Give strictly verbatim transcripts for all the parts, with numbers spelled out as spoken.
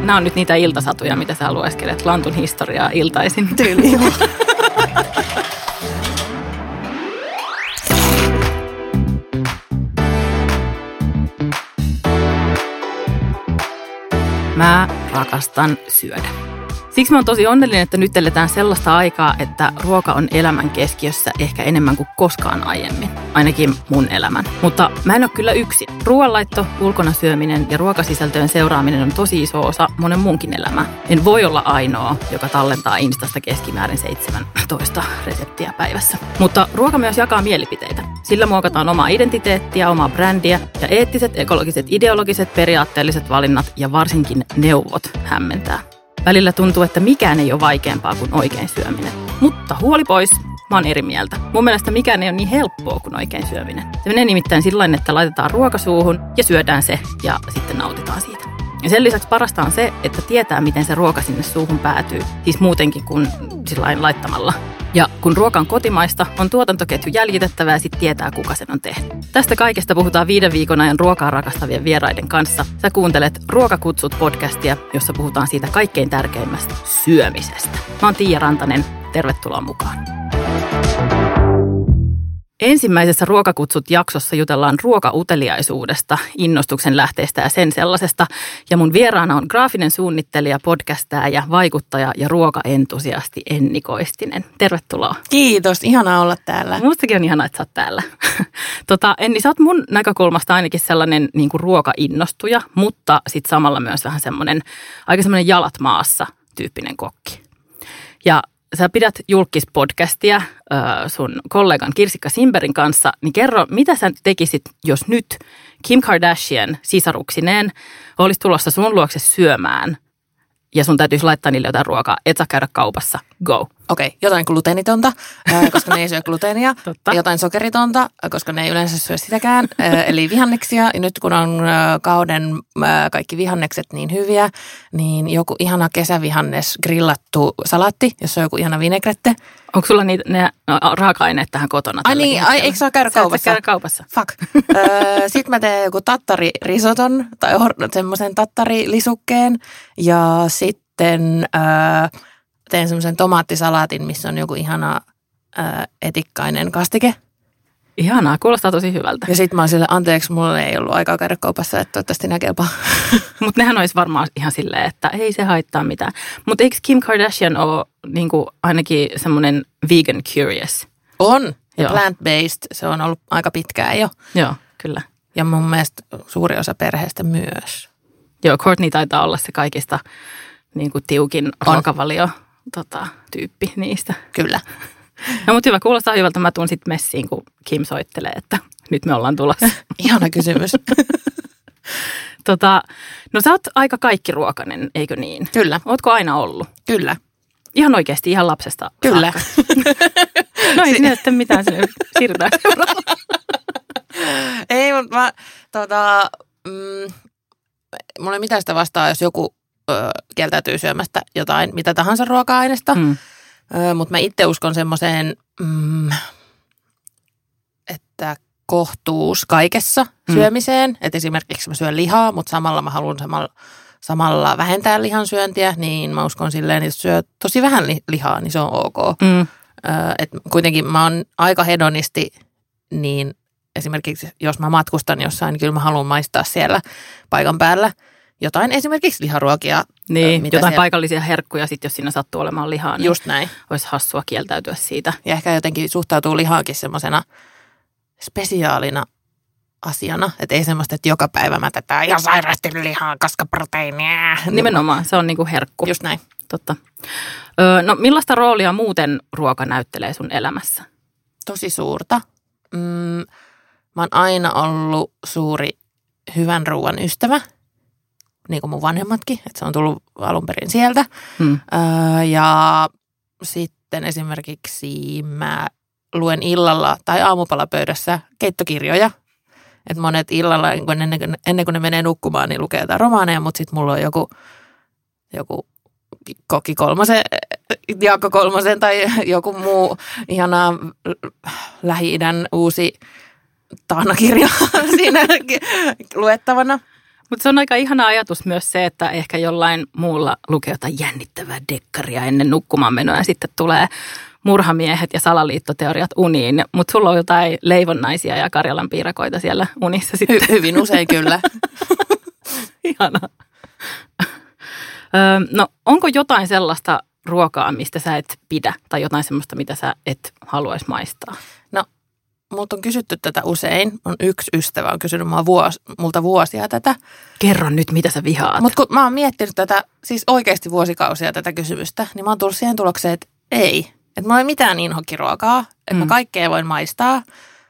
nämä on nyt niitä iltasatuja, mitä sä lueskelet. Lantun historiaa iltaisin. Tyyli. Mä rakastan syödä. Siksi mä oon tosi onnellinen, että nyt eletään sellaista aikaa, että ruoka on elämän keskiössä ehkä enemmän kuin koskaan aiemmin. Ainakin mun elämän. Mutta mä en ole kyllä yksin. Ruoanlaitto, ulkona syöminen ja ruokasisältöjen seuraaminen on tosi iso osa monen muunkin elämää. En voi olla ainoa, joka tallentaa Instasta keskimäärin seitsemäntoista reseptiä päivässä. Mutta ruoka myös jakaa mielipiteitä. Sillä muokataan omaa identiteettiä, omaa brändiä ja eettiset, ekologiset, ideologiset, periaatteelliset valinnat ja varsinkin neuvot hämmentää. Välillä tuntuu, että mikään ei ole vaikeampaa kuin oikein syöminen. Mutta huoli pois, mä oon eri mieltä. Mun mielestä mikään ei ole niin helppoa kuin oikein syöminen. Se menee nimittäin sillain, että laitetaan ruokasuuhun ja syödään se ja sitten nautitaan siitä. Ja sen lisäksi parasta on se, että tietää, miten se ruoka sinne suuhun päätyy. Siis muutenkin kuin sillain laittamalla. Ja kun ruoka on kotimaista, on tuotantoketju jäljitettävä ja sitten tietää, kuka sen on tehnyt. Tästä kaikesta puhutaan viiden viikon ajan ruokaa rakastavien vieraiden kanssa. Sä kuuntelet Ruokakutsut podcastia, jossa puhutaan siitä kaikkein tärkeimmästä syömisestä. Mä oon Tiia Rantanen. Tervetuloa mukaan. Ensimmäisessä Ruokakutsut-jaksossa jutellaan ruokauteliaisuudesta, innostuksen lähteestä ja sen sellaisesta. Ja mun vieraana on graafinen suunnittelija, podcastaja, vaikuttaja ja ruokaentusiasti Enni Koistinen. Tervetuloa. Kiitos, ihanaa olla täällä. Mustakin on ihanaa, että sä oot täällä. tota, Enni, sä oot mun näkökulmasta ainakin sellainen niin kuin ruokainnostuja, mutta sitten samalla myös vähän semmoinen aika semmoinen jalat maassa tyyppinen kokki. Ja sä pidät julkispodcastia äh, sun kollegan Kirsikka Simberin kanssa, niin kerro, mitä sä tekisit, jos nyt Kim Kardashian sisaruksineen olisi tulossa sun luokse syömään ja sun täytyisi laittaa niille jotain ruokaa, et saa käydä kaupassa, go. Okei, okay, jotain gluteenitonta, koska ne ei syö gluteenia. Totta. Jotain sokeritonta, koska ne ei yleensä syö sitäkään, eli vihanneksia. Ja nyt kun on kauden kaikki vihannekset niin hyviä, niin joku ihana kesävihannes grillattu salaatti, jossa on joku ihana vinegrette. Onko sulla niitä, ne raaka-aineet tähän kotona? Ai niin, ai, eikö saa käydä kaupassa? Sä käydä kaupassa. Fuck. Sitten mä teen joku tattaririsoton tai semmoisen tattarilisukkeen ja sitten Öö, teen semmoisen tomaattisalaatin, missä on joku ihana ää, etikkainen kastike. Ihanaa, kuulostaa tosi hyvältä. Ja sit mä oon sille, anteeksi, mulla ei ollut aikaa käydä kaupassa, että toivottavasti nää kelpaa. Mutta nehän olisi varmaan ihan silleen, että ei se haittaa mitään. Mutta eikö Kim Kardashian ole niin kuin ainakin semmoinen vegan curious? On. Ja plant-based, se on ollut aika pitkään jo. Joo, kyllä. Ja mun mielestä suuri osa perheestä myös. Joo, Courtney taitaa olla se kaikista niin kuin tiukin ruokavalio. Tota, tyyppi niistä. Kyllä. No mutta hyvä, kuulostaa hyvältä. Mä tuun sitten messiin, kun Kim soittelee, että nyt me ollaan tulossa. Ihana kysymys. tota, no sä oot aika kaikkiruokainen, eikö niin? Kyllä. Ootko aina ollut? Kyllä. Ihan oikeasti, ihan lapsesta Kyllä. No ei sinne sitten mitään, sinne siirrytään seuraavaan. Ei, mutta mä, tota, mm, mulla ei mitään sitä vastaa, jos joku kieltäytyy syömästä jotain, mitä tahansa ruoka-aineesta. Mm. Mutta mä itse uskon semmoiseen, mm, että kohtuus kaikessa mm. syömiseen. Että esimerkiksi mä syön lihaa, mutta samalla mä haluan samalla, samalla vähentää lihan syöntiä. Niin mä uskon silleen, että jos syö tosi vähän lihaa, niin se on ok. Mm. Et kuitenkin mä oon aika hedonisti, niin esimerkiksi jos mä matkustan jossain, niin kyllä mä haluan maistaa siellä paikan päällä jotain esimerkiksi liharuokia. Niin, mitä jotain siellä paikallisia herkkuja sitten, jos siinä sattuu olemaan lihaa. Niin just näin. Olisi hassua kieltäytyä siitä. Ja ehkä jotenkin suhtautuu lihaankin semmoisena spesiaalina asiana. Että ei semmoista, että joka päivä mä tätä ihan sairaasti lihaa, koska proteiinia. Nimenomaan, se on niinku herkku. Just näin. Totta. Öö, no millaista roolia muuten ruoka näyttelee sun elämässä? Tosi suurta. Mm, mä oon aina ollut suuri hyvän ruoan ystävä. Niin kuin mun vanhemmatkin, että se on tullut alun perin sieltä. Hmm. Öö, ja sitten esimerkiksi mä luen illalla tai aamupalapöydässä keittokirjoja. Että monet illalla, ennen kuin, ennen kuin ne menee nukkumaan, niin lukee jotain romaaneja, mutta sitten mulla on joku, joku Kokki Kolmosen, Jaakko Kolmosen tai joku muu ihana Lähi-idän uusi taanakirja siinä luettavana. Mutta se on aika ihana ajatus myös se, että ehkä jollain muulla lukee jotain jännittävää dekkaria ennen nukkumaan menoa ja sitten tulee murhamiehet ja salaliittoteoriat uniin. Mutta sulla on jotain leivonnaisia ja Karjalan piirakoita siellä unissa sitten. Hy- hyvin usein kyllä. Ihanaa. Öö, no onko jotain sellaista ruokaa, mistä sä et pidä tai jotain semmoista, mitä sä et haluaisi maistaa? No, multa on kysytty tätä usein. On yksi ystävä on kysynyt mua vuos, multa vuosia tätä. Kerro nyt, mitä sä vihaat. Mutta kun mä oon miettinyt tätä, siis oikeasti vuosikausia tätä kysymystä, niin mä oon tullut siihen tulokseen, että ei. Että mulla ei mitään inhokkiruokaa, että mm. mä kaikkea voin maistaa.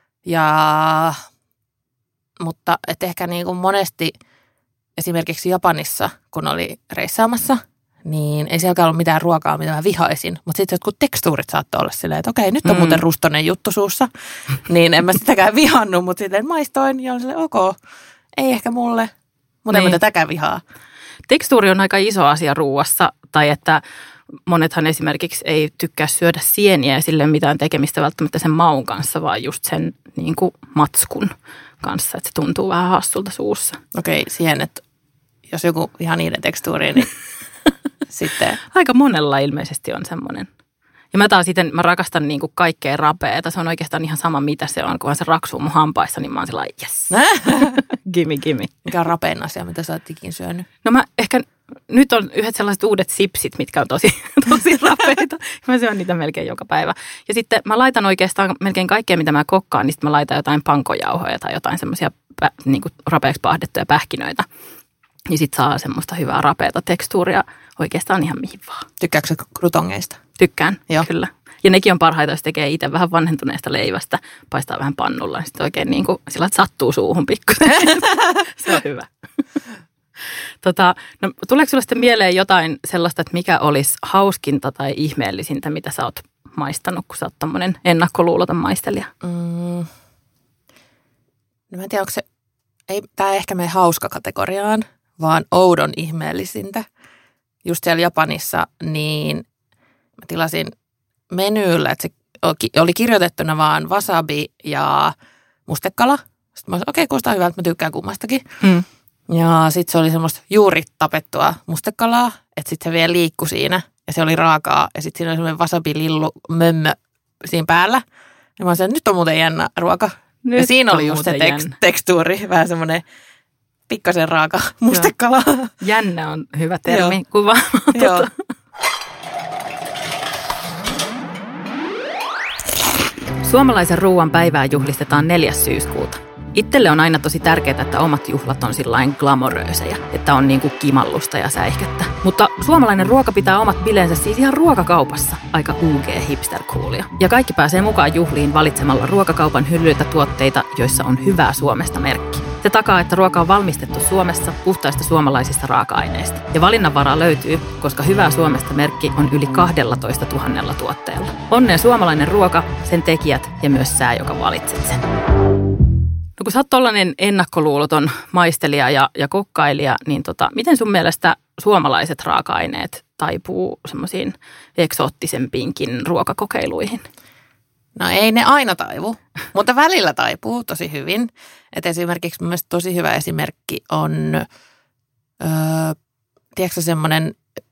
Ja, mutta että ehkä niin kuin monesti esimerkiksi Japanissa, kun oli reissaamassa, niin ei sielläkään ollut mitään ruokaa, mitä mä vihaisin. Mutta sitten jotkut tekstuurit saattoi olla silleen, että okei, nyt on mm. muuten rustonen juttu suussa. Niin en mä sitäkään vihannut, mutta sitten maistoin ja on silleen, ok, ei ehkä mulle, mutta niin. En mä tätäkään vihaa. Tekstuuri on aika iso asia ruuassa, tai että monethan esimerkiksi ei tykkää syödä sieniä ja sille mitään tekemistä välttämättä sen maun kanssa, vaan just sen niin kuin matskun kanssa, että se tuntuu vähän hassulta suussa. Okei, sienet, jos joku ihan niiden tekstuuriin, niin sitten. Aika monella ilmeisesti on semmoinen. Ja mä taas sitten, mä rakastan niin kuin kaikkea rapeeta. Se on oikeastaan ihan sama, mitä se on. Kunhan se raksuu mun hampaissa, niin mä oon sellainen, yes, gimme, gimme. Mikä on rapein asia, mitä sä oot ikin syönyt? No mä ehkä, nyt on yhdet sellaiset uudet sipsit, mitkä on tosi, tosi rapeita. Mä syön niitä melkein joka päivä. Ja sitten mä laitan oikeastaan melkein kaikkea, mitä mä kokkaan, niin sitten mä laitan jotain pankojauhoja tai jotain semmoisia niin kuin rapeaksi pahdettuja pähkinöitä. Niin sit saa semmoista hyvää rapeata tekstuuria oikeastaan ihan mihin vaan. Tykkääkö krutongeista? Tykkään, Joo. kyllä. Ja nekin on parhaita, jos tekee itse vähän vanhentuneesta leivästä, paistaa vähän pannulla, niin sitten oikein niin kuin sillä, että sattuu suuhun pikkuisen. Se on hyvä. Tota, no, tuleeko sinulle sitten mieleen jotain sellaista, että mikä olisi hauskinta tai ihmeellisintä, mitä sä oot maistanut, kun sä oot tommonen ennakkoluuloton maistelija? Mm. No mä en tiedä, onko se, ei, tää ei ehkä mene hauska kategoriaan, vaan oudon ihmeellisintä. Just siellä Japanissa, niin mä tilasin menyyllä, että se oli kirjoitettuna vaan wasabi ja mustekala. Sitten mä olisin, okei, okay, kuulostaa hyvältä, mä tykkään kummastakin. Hmm. Ja sitten se oli semmoista juuri tapettua mustekalaa, että sitten se vielä liikkui siinä ja se oli raakaa. Ja sitten siinä oli semmoinen wasabi-lillu mömmö siinä päällä. Ja mä olisin, että nyt on muuten jännä ruoka. Nyt ja siinä oli just se tekst- tekstuuri, vähän semmoinen pikkasen raaka mustekala. Joo. Jännä on hyvä termi kuvaamaan. Joo. Suomalaisen ruuan päivää juhlistetaan neljäs syyskuuta. Itselle on aina tosi tärkeää, että omat juhlat on sillain glamoröösejä, että on niinku kimallusta ja säihkettä. Mutta suomalainen ruoka pitää omat bileensä siis ihan ruokakaupassa. Aika U G hipster-coolia. Ja kaikki pääsee mukaan juhliin valitsemalla ruokakaupan hyllyltä tuotteita, joissa on hyvää Suomesta merkki. Se takaa, että ruoka on valmistettu Suomessa puhtaista suomalaisista raaka-aineista. Ja valinnanvaraa löytyy, koska hyvää Suomesta merkki on yli kaksitoista tuhatta tuotteella. Onnea suomalainen ruoka, sen tekijät ja myös sä, joka valitset sen. No kun sä oot tollainen ennakkoluuloton maistelija ja, ja kokkailija, niin tota, miten sun mielestä suomalaiset raaka-aineet taipuu semmoisiin eksoottisempiinkin ruokakokeiluihin? No ei ne aina taivu, mutta välillä taipuu tosi hyvin. Et esimerkiksi mun mielestä tosi hyvä esimerkki on, öö, tiedätkö semmoinen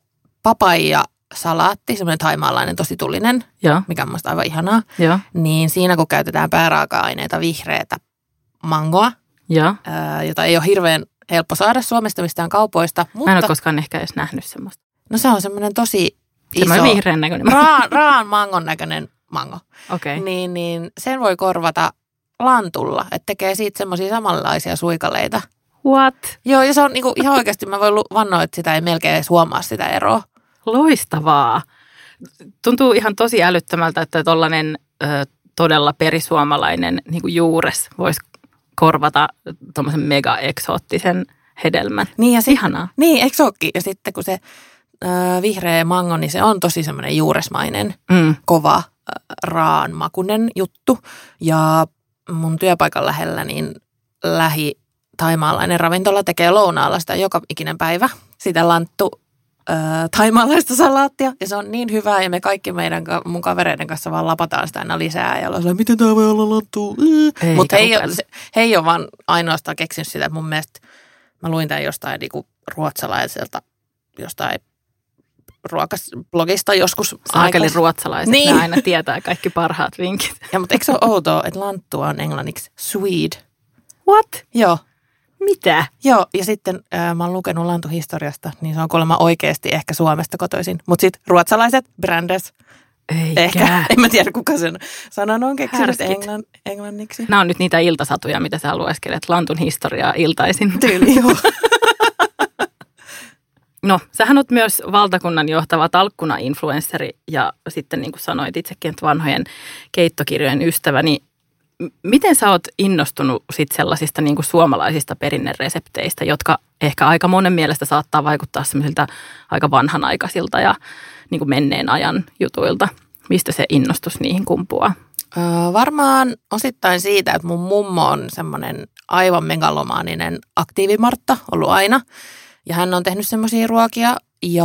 papaija-salaatti, semmoinen thaimaalainen tosi tulinen, ja. Mikä on musta aivan ihanaa. Ja. Niin siinä kun käytetään pääraaka-aineita vihreätä mangoa, ja. Öö, jota ei ole hirveän helppo saada Suomesta mistään kaupoista. Mutta, mä en ole koskaan ehkä edes nähnyt semmoista. No se on semmoinen tosi semmoinen iso, vihreän näköinen. Raan, raan mangon näköinen mango. Okay. Niin, niin sen voi korvata lantulla, että tekee siitä semmoisia samanlaisia suikaleita. What? Joo, ja se on niinku, ihan oikeasti, mä voin vannoa, että sitä ei melkein edes huomaa sitä eroa. Loistavaa. Tuntuu ihan tosi älyttömältä, että tollainen ö, todella perisuomalainen niin kuin juures voisi korvata tommosen mega-eksoottisen hedelmän. Niin, ja sit, ihanaa. Niin, eikö ookin? Ja sitten kun se ö, vihreä mango, niin se on tosi semmoinen juuresmainen, mm. kova, raanmakuinen juttu. Ja mun työpaikan lähellä niin lähi thaimaalainen ravintola tekee lounaalla sitä joka ikinen päivä. Sitä lanttu äh, thaimaalaista salaattia. Ja se on niin hyvää ja me kaikki meidän mun kavereiden kanssa vaan lapataan sitä aina lisää. Ja ollaan sellainen, miten tämä voi olla lanttu? Mutta he, he ei ole vaan ainoastaan keksinyt sitä. Mun mielestä mä luin tämän jostain niinku ruotsalaiselta, jostain ruokasblogista joskus. Saakeli ruotsalaiset, niin. Ne aina tietää kaikki parhaat vinkit. Ja, mutta eikö se ole outoa, että lanttua on englanniksi Swede? What? Joo. Mitä? Joo, ja sitten äh, mä oon lukenut lantuhistoriasta, niin se on kuulemma oikeasti ehkä Suomesta kotoisin. Mutta sitten ruotsalaiset, Brandes, Eikä. ehkä, en mä tiedä kuka sen sanan on keksinyt englann, englanniksi. Nämä on nyt niitä iltasatuja, mitä sä lueskelet, lantun historiaa iltaisin. Tyyli, joo. No, sähän oot myös valtakunnan johtava talkkuna-influenssari ja sitten niin kuin sanoit itsekin, että vanhojen keittokirjojen ystävä, niin miten sä oot innostunut sit sellaisista niin kuin suomalaisista perinneresepteistä, jotka ehkä aika monen mielestä saattaa vaikuttaa semmoisilta aika vanhanaikaisilta ja niin kuin menneen ajan jutuilta? Mistä se innostus niihin kumpuaa? Öö, varmaan osittain siitä, että mun mummo on semmoinen aivan megalomaaninen aktiivimartta ollut aina. Ja hän on tehnyt semmoisia ruokia ja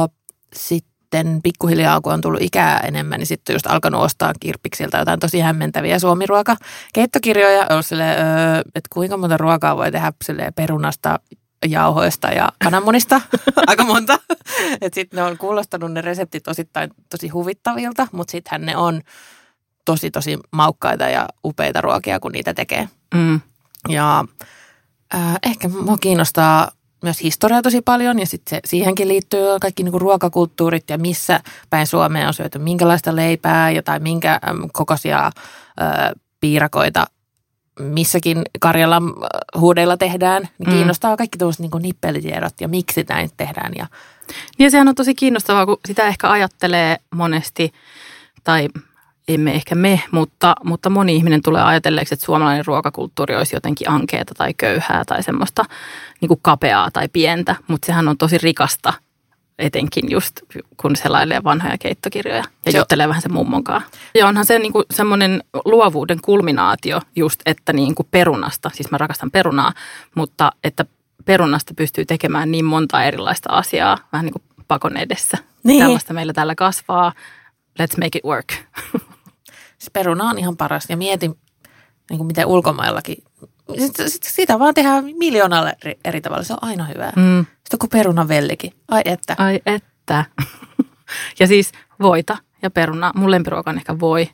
sitten pikkuhiljaa, kun on tullut ikää enemmän, niin sitten just alkanut ostaa kirppiksiltä jotain tosi hämmentäviä suomiruokakeittokirjoja. Ollut silleen, öö, että kuinka monta ruokaa voi tehdä silleen perunasta, jauhoista ja kananmunista. Aika monta. Että sitten ne on kuulostanut ne reseptit osittain tosi huvittavilta, mutta sittenhän ne on tosi tosi maukkaita ja upeita ruokia, kun niitä tekee. Mm. Ja äh, ehkä mua kiinnostaa myös historia tosi paljon ja sitten siihenkin liittyy kaikki niinku ruokakulttuurit ja missä päin Suomea on syöty minkälaista leipää ja tai minkä äm, kokoisia äh, piirakoita missäkin Karjalan huudeilla tehdään. Niin kiinnostaa mm. kaikki tuollaiset niinku nippelitiedot ja miksi näin tehdään. Ja Niin sehän on tosi kiinnostavaa, kun sitä ehkä ajattelee monesti, tai emme ehkä me, mutta, mutta moni ihminen tulee ajatelleeksi, että suomalainen ruokakulttuuri olisi jotenkin ankeata tai köyhää tai semmoista niin kuin kapeaa tai pientä, mutta sehän on tosi rikasta, etenkin just kun selailee vanhoja keittokirjoja ja se juttelee vähän sen mummonkaan. Ja onhan se niin kuin semmoinen luovuuden kulminaatio just, että niin kuin perunasta, siis mä rakastan perunaa, mutta että perunasta pystyy tekemään niin monta erilaista asiaa vähän niin kuin pakon edessä. Niin. Tällaista meillä täällä kasvaa. Let's make it work. Se peruna on ihan paras ja mietin, niin kuin miten ulkomaillakin. Sitten, sit, sitä vaan tehdään miljoonalle eri, eri tavalla. Se on aina hyvää. Mm. Sitten kuin perunavellikin. Ai että. Ai että. Ja siis voita ja perunaa. Mun lempiruoka on ehkä voi.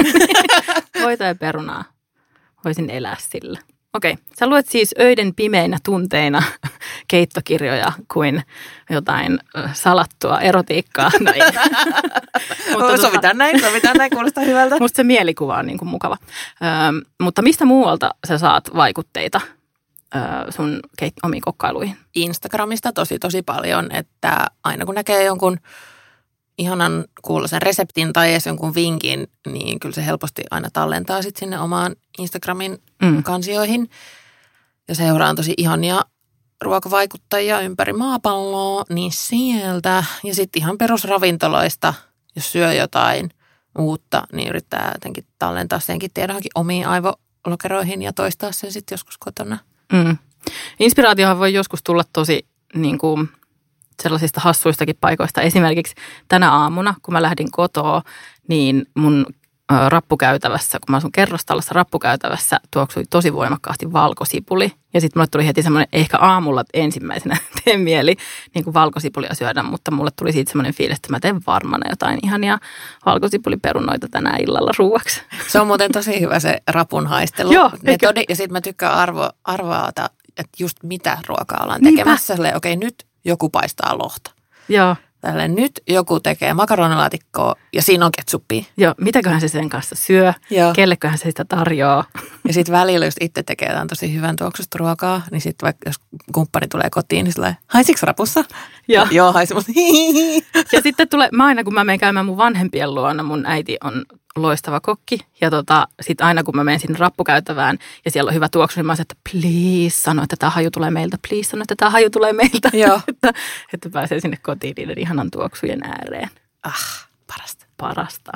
Voita ja perunaa. Voisin elää sillä. Okei, sä luet siis öiden pimeinä tunteina keittokirjoja kuin jotain salattua erotiikkaa. No ei. Mutta sovitaan näin, sovitaan näin, kuulostaa hyvältä. Musta se mielikuva on niin kuin mukava. Ö, mutta mistä muualta sä saat vaikutteita ö, sun keit- omiin kokkailuihin? Instagramista tosi tosi paljon, että aina kun näkee jonkun ihanan kuuloisen reseptin tai edes jonkun vinkin, niin kyllä se helposti aina tallentaa sitten sinne omaan Instagramin mm. kansioihin. Ja seuraan tosi ihania ruokavaikuttajia ympäri maapalloa, niin sieltä. Ja sitten ihan perusravintoloista, jos syö jotain uutta, niin yrittää jotenkin tallentaa senkin tiedonkin omiin aivolokeroihin ja toistaa sen sitten joskus kotona. Mm. Inspiraatiohan voi joskus tulla tosi niin kuin sellaisista hassuistakin paikoista. Esimerkiksi tänä aamuna, kun mä lähdin kotoa, niin mun rappukäytävässä, kun mä asun kerrostalossa rappukäytävässä, tuoksui tosi voimakkaasti valkosipuli. Ja sitten mulle tuli heti semmoinen, ehkä aamulla ensimmäisenä teen mieli niin kuin valkosipulia syödä, mutta mulle tuli siitä semmoinen fiilis, että mä teen varmana jotain ihania valkosipuliperunoita tänään illalla ruuaksi. Se on muuten tosi hyvä se rapun haistelu. Joo, todi- ja sitten mä tykkään arvo, arvaata, että just mitä ruokaa ollaan tekemässä. Okei, okay, nyt joku paistaa lohta. Joo. Tälle nyt joku tekee makaronilaatikkoa ja siinä on ketsuppia. Joo, mitäköhän se sen kanssa syö, Joo. kelleköhän se sitä tarjoaa. Ja sitten välillä, jos itse tekee jotain tosi hyvän tuoksusta ruokaa, niin sitten vaikka jos kumppani tulee kotiin, niin sillä haisiksi rapussa? Joo, Joo haisi, mutta Ja sitten tulee, mä aina kun mä menen käymään mun vanhempien luona, mun äiti on loistava kokki. Ja tota, sitten aina kun mä menen sinne rappukäytävään ja siellä on hyvä tuoksu, niin mä sanon, että please sano, että tämä haju tulee meiltä. Please sano, että tämä haju tulee meiltä. Joo. että, että pääsee sinne kotiin niiden ihanan tuoksujen ääreen. Ah, parasta. Parasta.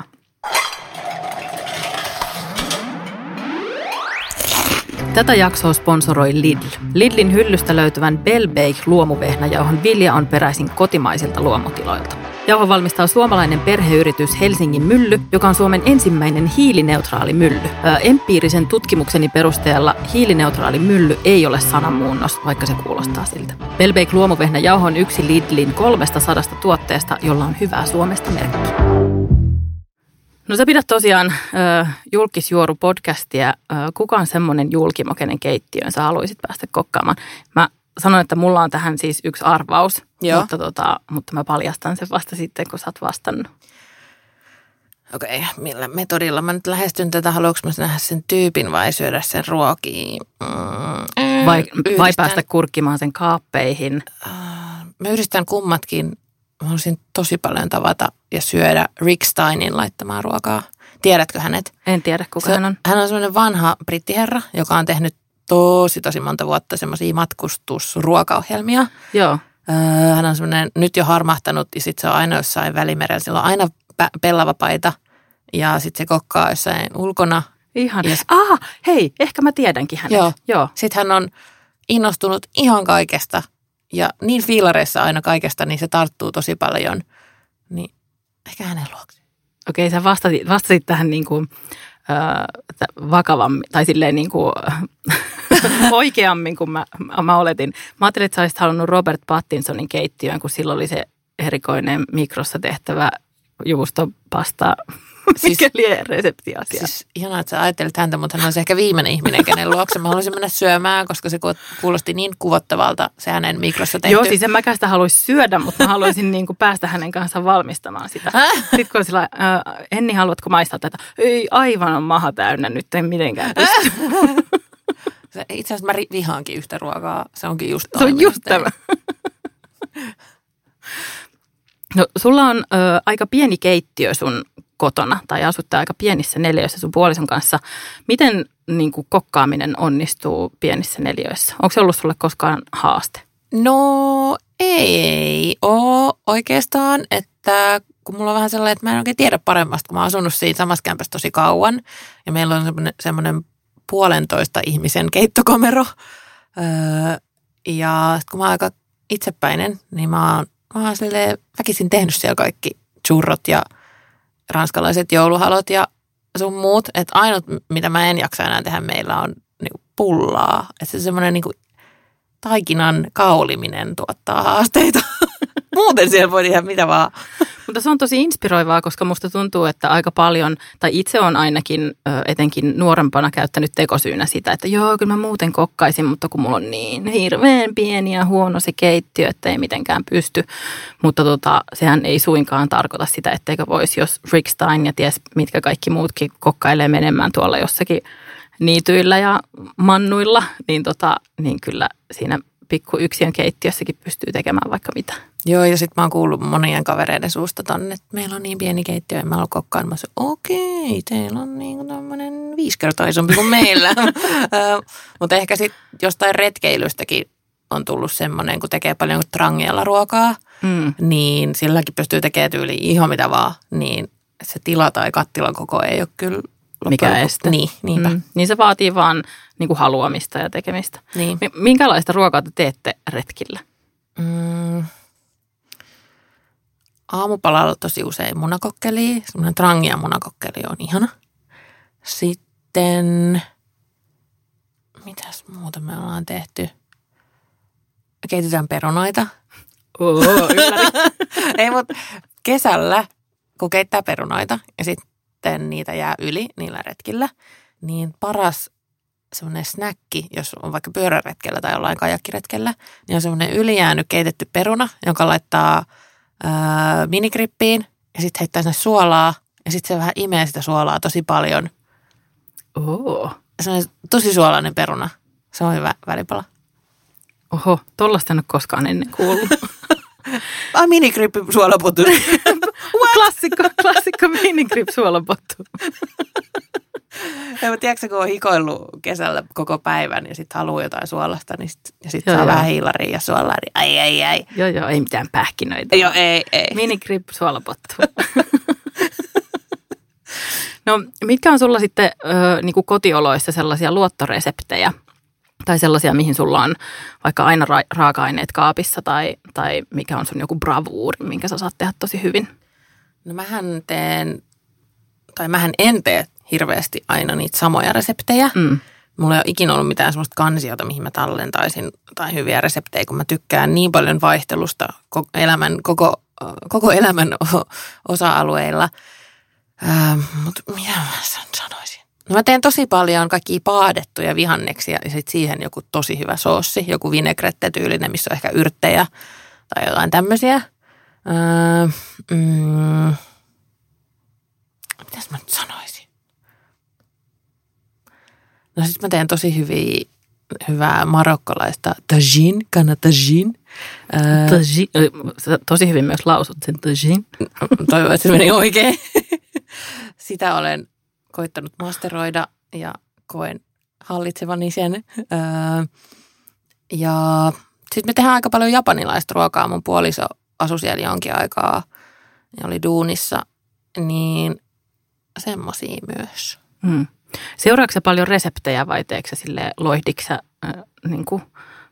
Tätä jaksoa sponsoroi Lidl. Lidlin hyllystä löytyvän Bell Bake luomuvehnäjauhon vilja on peräisin kotimaisilta luomutiloilta. Jauhon valmistaa suomalainen perheyritys Helsingin Mylly, joka on Suomen ensimmäinen hiilineutraali mylly. Ää, empiirisen tutkimukseni perusteella hiilineutraali mylly ei ole sananmuunnos, vaikka se kuulostaa siltä. Velbeik luomuvehnäjauho on yksi Lidlin kolmesta sadasta tuotteesta, jolla on hyvää Suomesta merkki. No sä pidät tosiaan äh, julkisjuoru-podcastia. Äh, kuka on semmoinen julkimo, kenen keittiöön sä haluaisit päästä kokkaamaan? Mä sanon, että mulla on tähän siis yksi arvaus, mutta, tota, mutta mä paljastan sen vasta sitten, kun sä oot vastannut. Okei, okay, millä metodilla mä nyt lähestyn tätä? Haluanko mä nähdä sen tyypin vai syödä sen ruokiin? Mm, vai, vai päästä kurkkimaan sen kaappeihin? Uh, mä yhdistän kummatkin. Mä haluaisin tosi paljon tavata ja syödä Rick Steinin laittamaa ruokaa. Tiedätkö hänet? En tiedä, kuka se, hän on. Hän on semmoinen vanha brittiherra, joka on tehnyt tosi tosi monta vuotta semmoisia matkustusruokaohjelmia. Joo. Hän on semmoinen nyt jo harmahtanut ja sitten se on aina jossain välimerellä. Sillä on aina pellava paita ja sitten se kokkaa jossain ulkona. Ihan. Ja... Ah, hei, ehkä mä tiedänkin hänet. Joo. Joo. Sitten hän on innostunut ihan kaikesta ja niin fiilareissa aina kaikesta, niin se tarttuu tosi paljon. Niin ehkä hänen luokse. Okei, sä vastasit, vastasit tähän niin kuin, äh, vakavammin, tai silleen niin kuin, oikeammin kuin mä, mä oletin. Mä ajattelin, että sä olisit halunnut Robert Pattinsonin keittiöön, kun silloin oli se erikoinen mikrossa tehtävä juustopasta, siis, mikä lie reseptiasia. Siis ihanaa, että sä ajattelit häntä, mutta hän on se ehkä viimeinen ihminen, kenen luokse mä haluaisin mennä syömään, koska se kuulosti niin kuvottavalta se hänen mikrossa tehty. Joo, siis en mäkään sitä haluaisi syödä, mutta mä haluaisin niin kuin päästä hänen kanssaan valmistamaan sitä. Sitten kun on sillä, äh, Enni, haluatko maistaa tätä? Ei, aivan on maha täynnä, nyt ei mitenkään pysty. Itse asiassa mä vihaankin yhtä ruokaa, se onkin just Se on just tämä. No, sulla on ö, aika pieni keittiö sun kotona, tai asutte aika pienissä neliöissä sun puolison kanssa. Miten niin kuin, kokkaaminen onnistuu pienissä neliöissä? Onko se ollut sulle koskaan haaste? No ei ole oikeastaan, että kun mulla on vähän sellainen, että mä en oikein tiedä paremmasta, kun mä oon asunut siinä samassa kämpässä tosi kauan, ja meillä on semmoinen, semmoinen puolentoista ihmisen keittokomero, öö, ja kun mä oon aika itsepäinen, niin mä oon Mä oon silleen väkisin tehnyt siellä kaikki churrot ja ranskalaiset jouluhalot ja sun muut. Että ainut, mitä mä en jaksa enää tehdä meillä on niinku pullaa. Että se semmoinen niinku taikinan kauliminen tuottaa haasteita. Muuten siellä voi tehdä mitä vaan. Mutta se on tosi inspiroivaa, koska musta tuntuu, että aika paljon, tai itse on ainakin etenkin nuorempana käyttänyt tekosyynä sitä, että joo, kyllä mä muuten kokkaisin, mutta kun mulla on niin hirveän pieni ja huono se keittiö, että ei mitenkään pysty. Mutta tota, sehän ei suinkaan tarkoita sitä, etteikö voisi, jos Rick Stein ja ties mitkä kaikki muutkin kokkailee menemään tuolla jossakin niityillä ja mannuilla, niin, tota, niin kyllä siinä pikku yksiön keittiössäkin pystyy tekemään vaikka mitä. Joo, ja sitten mä oon kuullut monien kavereiden suusta tonne, että meillä on niin pieni keittiö, ja mä oon kokkaan. Mä sanoin, okei, teillä on niin tämmöinen viisi kertaa isompi kuin meillä. Mutta ehkä sitten jostain retkeilystäkin on tullut semmoinen, kun tekee paljon trangialla ruokaa, mm. niin silläkin pystyy tekemään tyyliin ihan mitä vaan, niin se tila tai kattilan koko ei ole kyllä mikä este. Niin, niinpä. Mm. Niin se vaatii vaan niin kuin haluamista ja tekemistä. Niin. Minkälaista ruokaa te teette retkillä? Mm. Aamupalalla tosi usein munakokkeli. Semmoinen trangia munakokkeli on ihana. Sitten, mitäs muuta me ollaan tehty? Keitetään perunoita. Oo, Ei, mutta kesällä, kun keittää perunoita ja sitten niitä jää yli niillä retkillä, niin paras semmoinen snäkki, jos on vaikka pyöräretkellä tai jollain kajakkiretkellä, niin on semmoinen ylijäänyt keitetty peruna, jonka laittaa ää, minikrippiin ja sitten heittää sinne suolaa ja sitten se vähän imee sitä suolaa tosi paljon. Oo. Se on tosi suolainen peruna. Se on hyvä välipala. Oho, tollaista en ole koskaan ennen kuullut. Ah, minikrippi suolapottu. klassikko, klassikko minikrip suolapottu. Ja tiedätkö, kun on hikoillut kesällä koko päivän ja sitten haluaa jotain suolasta, niin sit, ja sitten saa joo. vähän hiilaria ja suolaa, niin ai ai ai. Joo joo, ei mitään pähkinöitä. Joo, ei, ei. Minikrip suolapottu. No, mitkä on sulla sitten ö, niin kuin kotioloissa sellaisia luottoreseptejä, Tai sellaisia, mihin sulla on vaikka aina ra- raaka-aineet kaapissa tai, tai mikä on sun joku bravuuri, minkä sä saat tehdä tosi hyvin? No mähän teen, tai mähän en tee hirveästi aina niitä samoja reseptejä. Mm. Mulla ei ole ikinä ollut mitään semmoista kansiota, mihin mä tallentaisin tai hyviä reseptejä, kun mä tykkään niin paljon vaihtelusta koko elämän, koko, koko elämän osa-alueilla. Äh, mutta mitä mä sanoisin? No mä teen tosi paljon kaikkia paadettuja vihanneksia ja sitten siihen joku tosi hyvä soossi, joku vinaigrette-tyylinen, missä on ehkä yrttejä tai jotain tämmöisiä. Öö, mm, mitäs mä nyt sanoisin? No sit mä teen tosi hyviä, hyvää marokkolaista tagine, kana tagine. Öö, tagine. Tosi hyvin myös lausut sen tagine. Toivon, että se meni oikein. Sitä olen koittanut masteroida ja koen hallitsevani sen. Öö, ja sitten me tehdään aika paljon japanilaista ruokaa. Mun puoliso asui siellä jonkin aikaa ja oli duunissa, niin semmosia myös. Hmm. Seuraatko sä paljon reseptejä vai teekö sä silleen, loihditko sä äh, niin kuin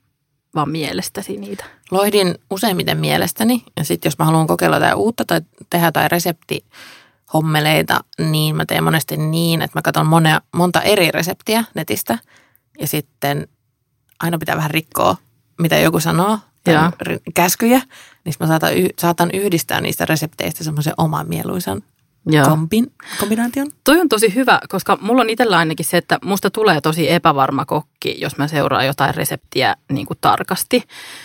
vaan mielestäsi niitä? Loihdin useimmiten mielestäni ja sitten jos mä haluan kokeilla jotain uutta tai tehdä jotain reseptihommeleita, niin mä teen monesti niin, että mä katson monea, monta eri reseptiä netistä ja sitten aina pitää vähän rikkoa, mitä joku sanoo, käskyjä, niin mä saatan, saatan yhdistää niistä resepteistä semmoisen oman mieluisan kombin, kombinaation. Toi on tosi hyvä, koska mulla on itsellä ainakin se, että musta tulee tosi epävarma kokki, jos mä seuraan jotain reseptiä niin kuin tarkasti.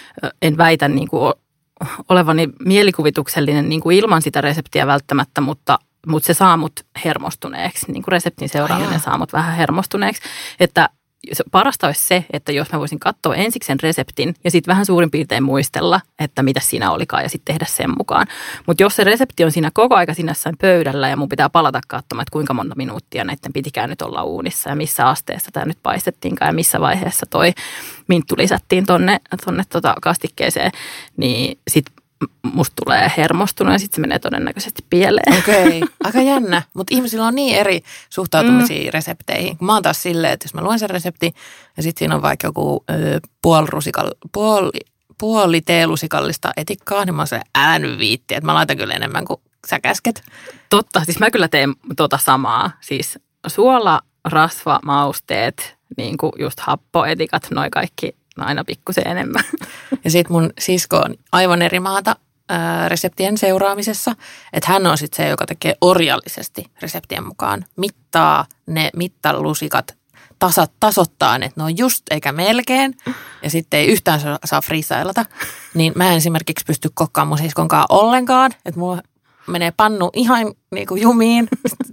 En väitä niin kuin olevani mielikuvituksellinen niin kuin ilman sitä reseptiä välttämättä, mutta, mutta se saa mut hermostuneeksi. Niin kuin reseptin seuraaminen Ajaa. saa mut vähän hermostuneeksi, että parasta olisi se, että jos mä voisin katsoa ensiksi sen reseptin ja sitten vähän suurin piirtein muistella, että mitä siinä olikaan ja sitten tehdä sen mukaan. Mutta jos se resepti on siinä koko aika siinä jossain pöydällä ja mun pitää palata katsomaan, että kuinka monta minuuttia näiden pitikään nyt olla uunissa ja missä asteessa tämä nyt paistettiinkaan ja missä vaiheessa toi minttu lisättiin tonne, tonne tota kastikkeeseen, niin sitten musta tulee hermostunut ja sitten se menee todennäköisesti pieleen. Okei, okay. Aika jännä. Mutta ihmisillä on niin eri suhtautumisia mm. resepteihin. Mä oon taas silleen, että jos mä luen sen resepti ja sitten siinä on vaikka joku ö, puolirusikal, puoli, puoli teelusikallista etikkaa, niin mä oon se älä nyt viitti, että mä laitan kyllä enemmän kuin sä käsket. Totta, siis mä kyllä teen tota samaa. Siis suola, rasva, mausteet, niin kuin just happoetikat, noi kaikki aina pikkusen enemmän. Ja sitten mun sisko on aivan eri maata ää, reseptien seuraamisessa. Että hän on sitten se, joka tekee orjallisesti reseptien mukaan. Mittaa ne mittalusikat, tasat, tasoittaa ne, että ne on just eikä melkein. Ja sitten ei yhtään saa friisailata. Niin mä en esimerkiksi pysty kokkaamaan mun siskonkaan ollenkaan. Että mulla menee pannu ihan niin kuin jumiin.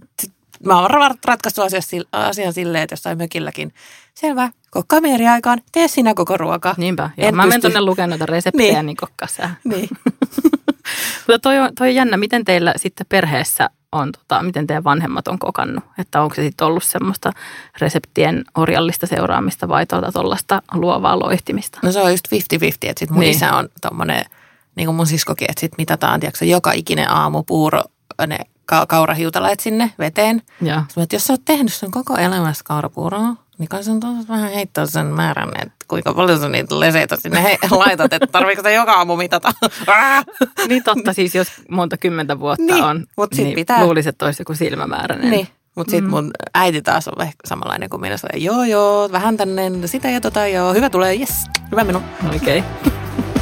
Mä oon ratkaistu asian silleen, että jossain mökilläkin. Selvä, kokkaamme eri aikaan, tee sinä koko ruoka. Niinpä, joo, mä menen tuonne lukemaan noita reseptejä, niin, niin kokkaa sä. Niin. Mutta toi on, toi on jännä, miten teillä sitten perheessä on, tota, miten teidän vanhemmat on kokannut? Että onko se sitten ollut semmoista reseptien orjallista seuraamista vai tuollaista luovaa loihtimista? No se on just viisikymmentä viisikymmentä, että sitten mun niin. isä on tommonen, niin kuin mun siskokin, että sitten mitataan, tiedätkö, joka ikinen aamu puuro, ne ka- kaurahiutaleet sinne veteen. Ja. Sitten, että jos sä oot tehnyt sen koko elämässä kaurapuuroa, niin kai sun tuossa vähän heittää sen määrän, että kuinka paljon sä niitä leseitä sinne he- laitat, että tarviiko se joka aamu mitata. Niin totta, siis jos monta kymmentä vuotta niin, on, niin pitää. Luulisi, että olisi joku silmämääräinen. Niin, mutta sitten mun äiti taas on ehkä samanlainen kuin minä. Sanoin, joo joo, vähän tänne, sitä ja tota, joo, hyvä tulee, jes, hyvä menu. Oikein. Okay.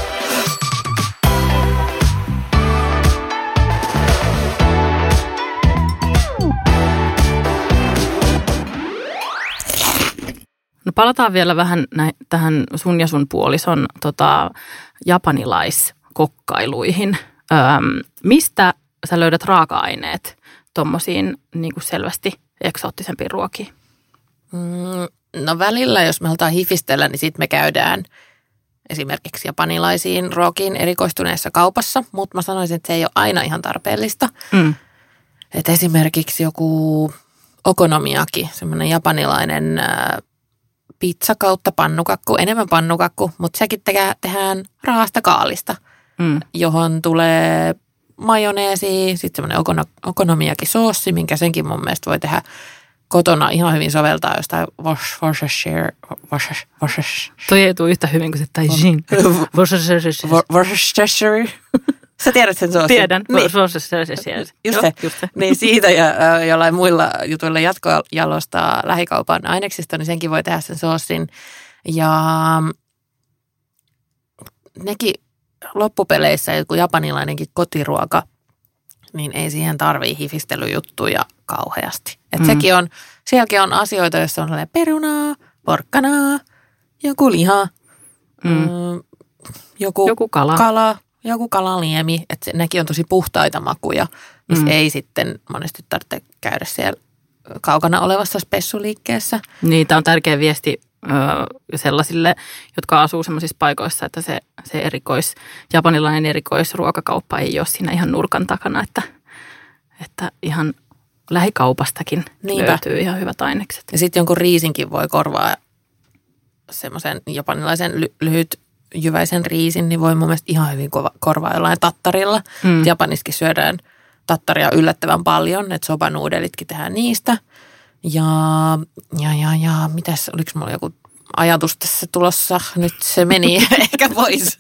No palataan vielä vähän näin, tähän sun ja sun puolison tota, japanilaiskokkailuihin. Öm, mistä sä löydät raaka-aineet tommosiin niin kuin selvästi eksoottisempiin ruokiin? Mm, no välillä, jos me halutaan hifistellä, niin sitten me käydään esimerkiksi japanilaisiin ruokiin erikoistuneessa kaupassa, mutta mä sanoisin, että se ei ole aina ihan tarpeellista. Mm. Että esimerkiksi joku okonomiyaki, semmoinen japanilainen Äh, pizza kautta pannukakku, enemmän pannukakku, mutta sekin te- tehdään raasta kaalista, mm. johon tulee majoneesi, sitten semmoinen okono- okonomiakin soossi, minkä senkin mun mielestä voi tehdä kotona ihan hyvin soveltaa jostain Worcestershire. Worcestershire. Toi ei tule yhtä hyvin kuin se tagine. Worcestershire. Sä tiedät sen soosin? Tiedän. Niin. Worcestershire. Just se. Just se. Niin siitä ja äh, jollain muilla jutuilla jatkojalostaa lähikaupan aineksista, niin senkin voi tehdä sen soosin. Ja nekin loppupeleissä joku japanilainenkin kotiruoka, niin ei siihen tarvii hifistelyjuttuja kauheasti. Että mm. sekin on, sielläkin on asioita, joissa on sellainen perunaa, porkkanaa, joku liha, mm. Mm, joku, joku kala. kala, joku kalaliemi. Että nekin on tosi puhtaita makuja, missä mm. ei sitten monesti tarvitse käydä siellä kaukana olevassa spessuliikkeessä. Niin, tämä on tärkeä viesti sellaisille, jotka asuu sellaisissa paikoissa, että se, se erikois, japanilainen erikoisruokakauppa ei ole siinä ihan nurkan takana, että, että ihan lähikaupastakin Niinpä. löytyy ihan hyvät ainekset. Ja sitten jonkun riisinkin voi korvaa semmoisen japanilaisen ly- lyhyt jyväisen riisin, niin voi mun mielestä ihan hyvin kova, korvaa jollain tattarilla. Mm. Japanissakin syödään tattaria yllättävän paljon, että sobanuudelitkin tehdään niistä. Ja, ja, ja, ja, mitäs, oliko mulla joku ajatus tässä tulossa? Nyt se meni ehkä pois.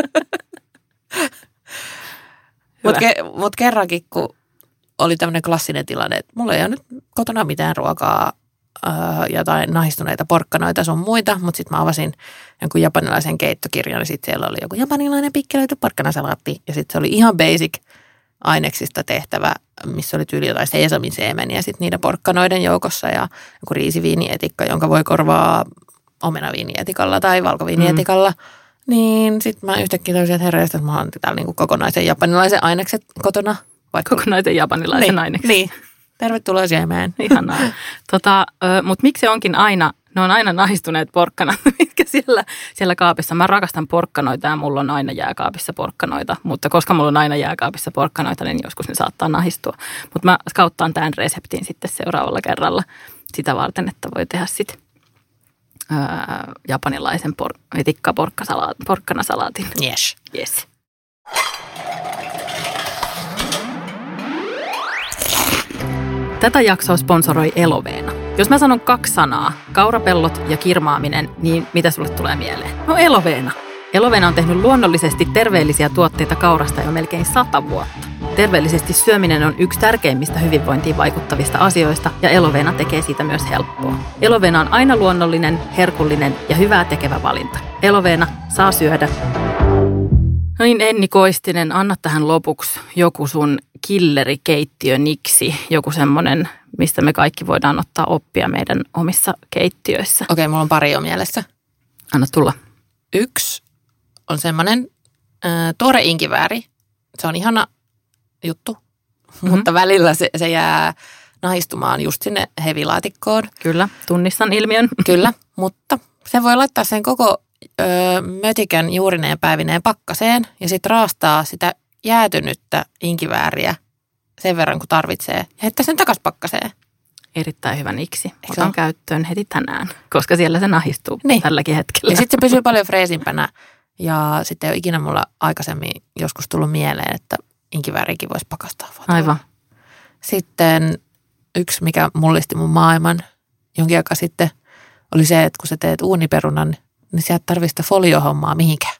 Mutta ke, mut kerrankin, kun oli tämmöinen klassinen tilanne, että mulla ei ole nyt kotona mitään ruokaa, äh, jotain nahistuneita porkkanoita sun muita, mutta sitten mä avasin jonkun japanilaisen keittokirjan, ja sitten siellä oli joku japanilainen pikkelöity porkkanasalaatti, ja sitten se oli ihan basic aineksista tehtävä, missä oli tyyli jotain seesamin siemeniä sitten niiden porkkanoiden joukossa ja joku riisiviinietikka, jonka voi korvaa omenaviinietikalla tai valkoviinietikalla. Mm. Niin sitten mä yhtäkkiä toisin, että herra, että mä oon täällä niinku kokonaisen japanilaisen ainekset kotona. Vaikka... Kokonaisen japanilaisen niin, ainekset. Niin, tervetuloa syömään. Ihanaa. Tota, mutta miksi se onkin aina, ne on aina nahistuneet porkkanat, mitkä siellä, siellä kaapissa. Mä rakastan porkkanoita ja mulla on aina jääkaapissa porkkanoita, mutta koska mulla on aina jääkaapissa porkkanoita, niin joskus ne saattaa nahistua. Mutta mä skauttaan tämän reseptin sitten seuraavalla kerralla sitä varten, että voi tehdä sitten ää, japanilaisen por- etikka porkkanasalaatin. Yes. Yes. Tätä jaksoa sponsoroi Eloveena. Jos mä sanon kaksi sanaa, kaurapellot ja kirmaaminen, niin mitä sulle tulee mieleen? No Eloveena. Eloveena on tehnyt luonnollisesti terveellisiä tuotteita kaurasta jo melkein sata vuotta. Terveellisesti syöminen on yksi tärkeimmistä hyvinvointiin vaikuttavista asioista ja Eloveena tekee siitä myös helppoa. Eloveena on aina luonnollinen, herkullinen ja hyvää tekevä valinta. Eloveena saa syödä. No niin, Enni Koistinen, anna tähän lopuksi joku sun killerikeittiöniksi, joku semmoinen, mistä me kaikki voidaan ottaa oppia meidän omissa keittiöissä. Okei, mulla on pari jo mielessä. Anna tulla. Yksi on semmoinen äh, tuore inkivääri. Se on ihana juttu, mm-hmm. mutta välillä se, se jää nahistumaan just sinne hevilaatikkoon. Kyllä, tunnistan ilmiön. Kyllä, mutta se voi laittaa sen koko ö, mötikän juurineen päivineen pakkaseen ja sitten raastaa sitä jäätynyttä inkivääriä sen verran, kun tarvitsee ja heittää sen takas pakkaseen. Erittäin hyvä niksi. Otan käyttöön heti tänään, koska siellä se nahistuu niin. tälläkin hetkellä. Ja sitten se pysyy paljon freesimpänä ja sitten ei ole ikinä mulla aikaisemmin joskus tullut mieleen, että inkiväärikin voisi pakastaa. Aivan. Sitten yksi, mikä mullisti mun maailman jonkin aikaa sitten, oli se, että kun sä teet uuniperunan, niin sä et tarvitse sitä foliohommaa mihinkään.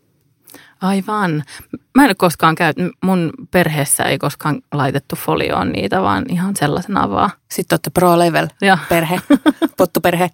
Aivan. Mä en ole koskaan käynyt, mun perheessä ei koskaan laitettu folioon niitä, vaan ihan sellaisena vaan. Sitten olette pro-level ja. perhe, pottuperhe.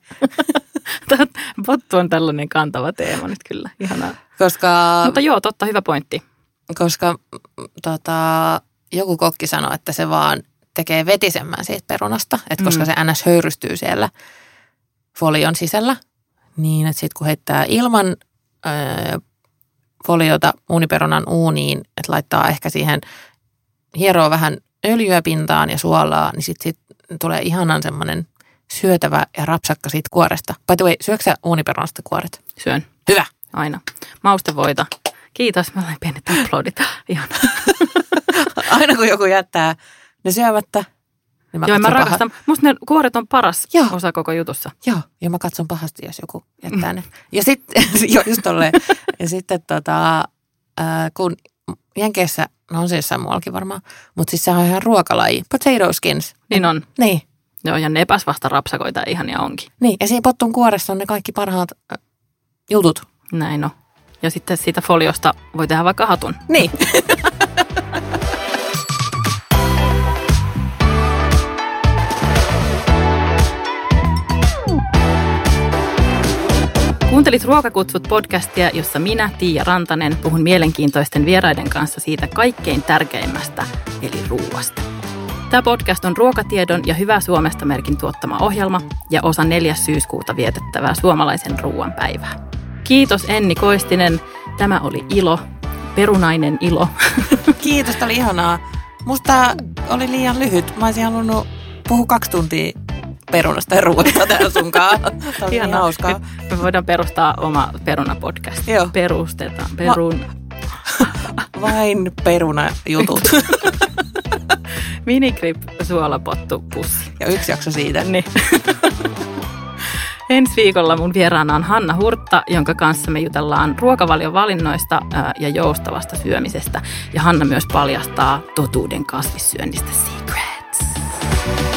Pottu on tällainen kantava teema nyt kyllä, ihanaa. Koska, Mutta joo, totta, hyvä pointti. Koska tota, joku kokki sanoi, että se vaan tekee vetisemmän siitä perunasta, että koska mm. se ns. Höyrystyy siellä folion sisällä, niin että sitten kun heittää ilman öö, foliota uuniperunan uuniin, että laittaa ehkä siihen, hieroo vähän öljyä pintaan ja suolaa, niin sitten sit tulee ihanan semmoinen syötävä ja rapsakka siitä kuoresta. By the way, syöksä sä uuniperunasta kuoret? Syön. Hyvä. Aina. Maustevoita. Kiitos, mä olen pienet aplodit. Ihanaa. Aina kun joku jättää ne syömättä, niin mä Joo, mä paha... rakastan. Musta ne kuoret on paras Joo. osa koko jutussa. Joo, ja mä katson pahasti, jos joku jättää ne. Ja sitten, joo, just tolleen. Ja sitten tota, äh, kun Jenkeissä, no on se jossain muuallakin varmaan, mutta siis sehän on ihan ruokalaji. Potato skins. Niin on. Niin. Joo, ja nepäs vasta rapsakoita ihania onkin. Niin, ja siinä pottun kuoressa on ne kaikki parhaat äh, jutut. Näin on. Ja sitten siitä foliosta voi tehdä vaikka hatun. Niin. Kuuntelit Ruokakutsut podcastia, jossa minä, Tiia Rantanen, puhun mielenkiintoisten vieraiden kanssa siitä kaikkein tärkeimmästä, eli ruuasta. Tämä podcast on ruokatiedon ja Hyvää Suomesta -merkin tuottama ohjelma ja osa neljäs syyskuuta vietettävää suomalaisen ruuan päivää. Kiitos Enni Koistinen. Tämä oli ilo. Perunainen ilo. Kiitos, tämä oli ihanaa. Musta oli liian lyhyt. Mä olisin halunnut puhua kaksi tuntia perunasta ja ruoasta täällä sunkaan. Tämä oli ihan hauskaa. Me voidaan perustaa oma perunapodcast. Joo. Perustetaan. Perun... Ma... Vain perunajutut. Minigrip suolapottu pussi. Ja yksi jakso siitä. Niin. Ensi viikolla mun vieraana on Hanna Hurtta, jonka kanssa me jutellaan ruokavalion valinnoista ja joustavasta syömisestä. Ja Hanna myös paljastaa totuuden kasvissyönnistä secrets.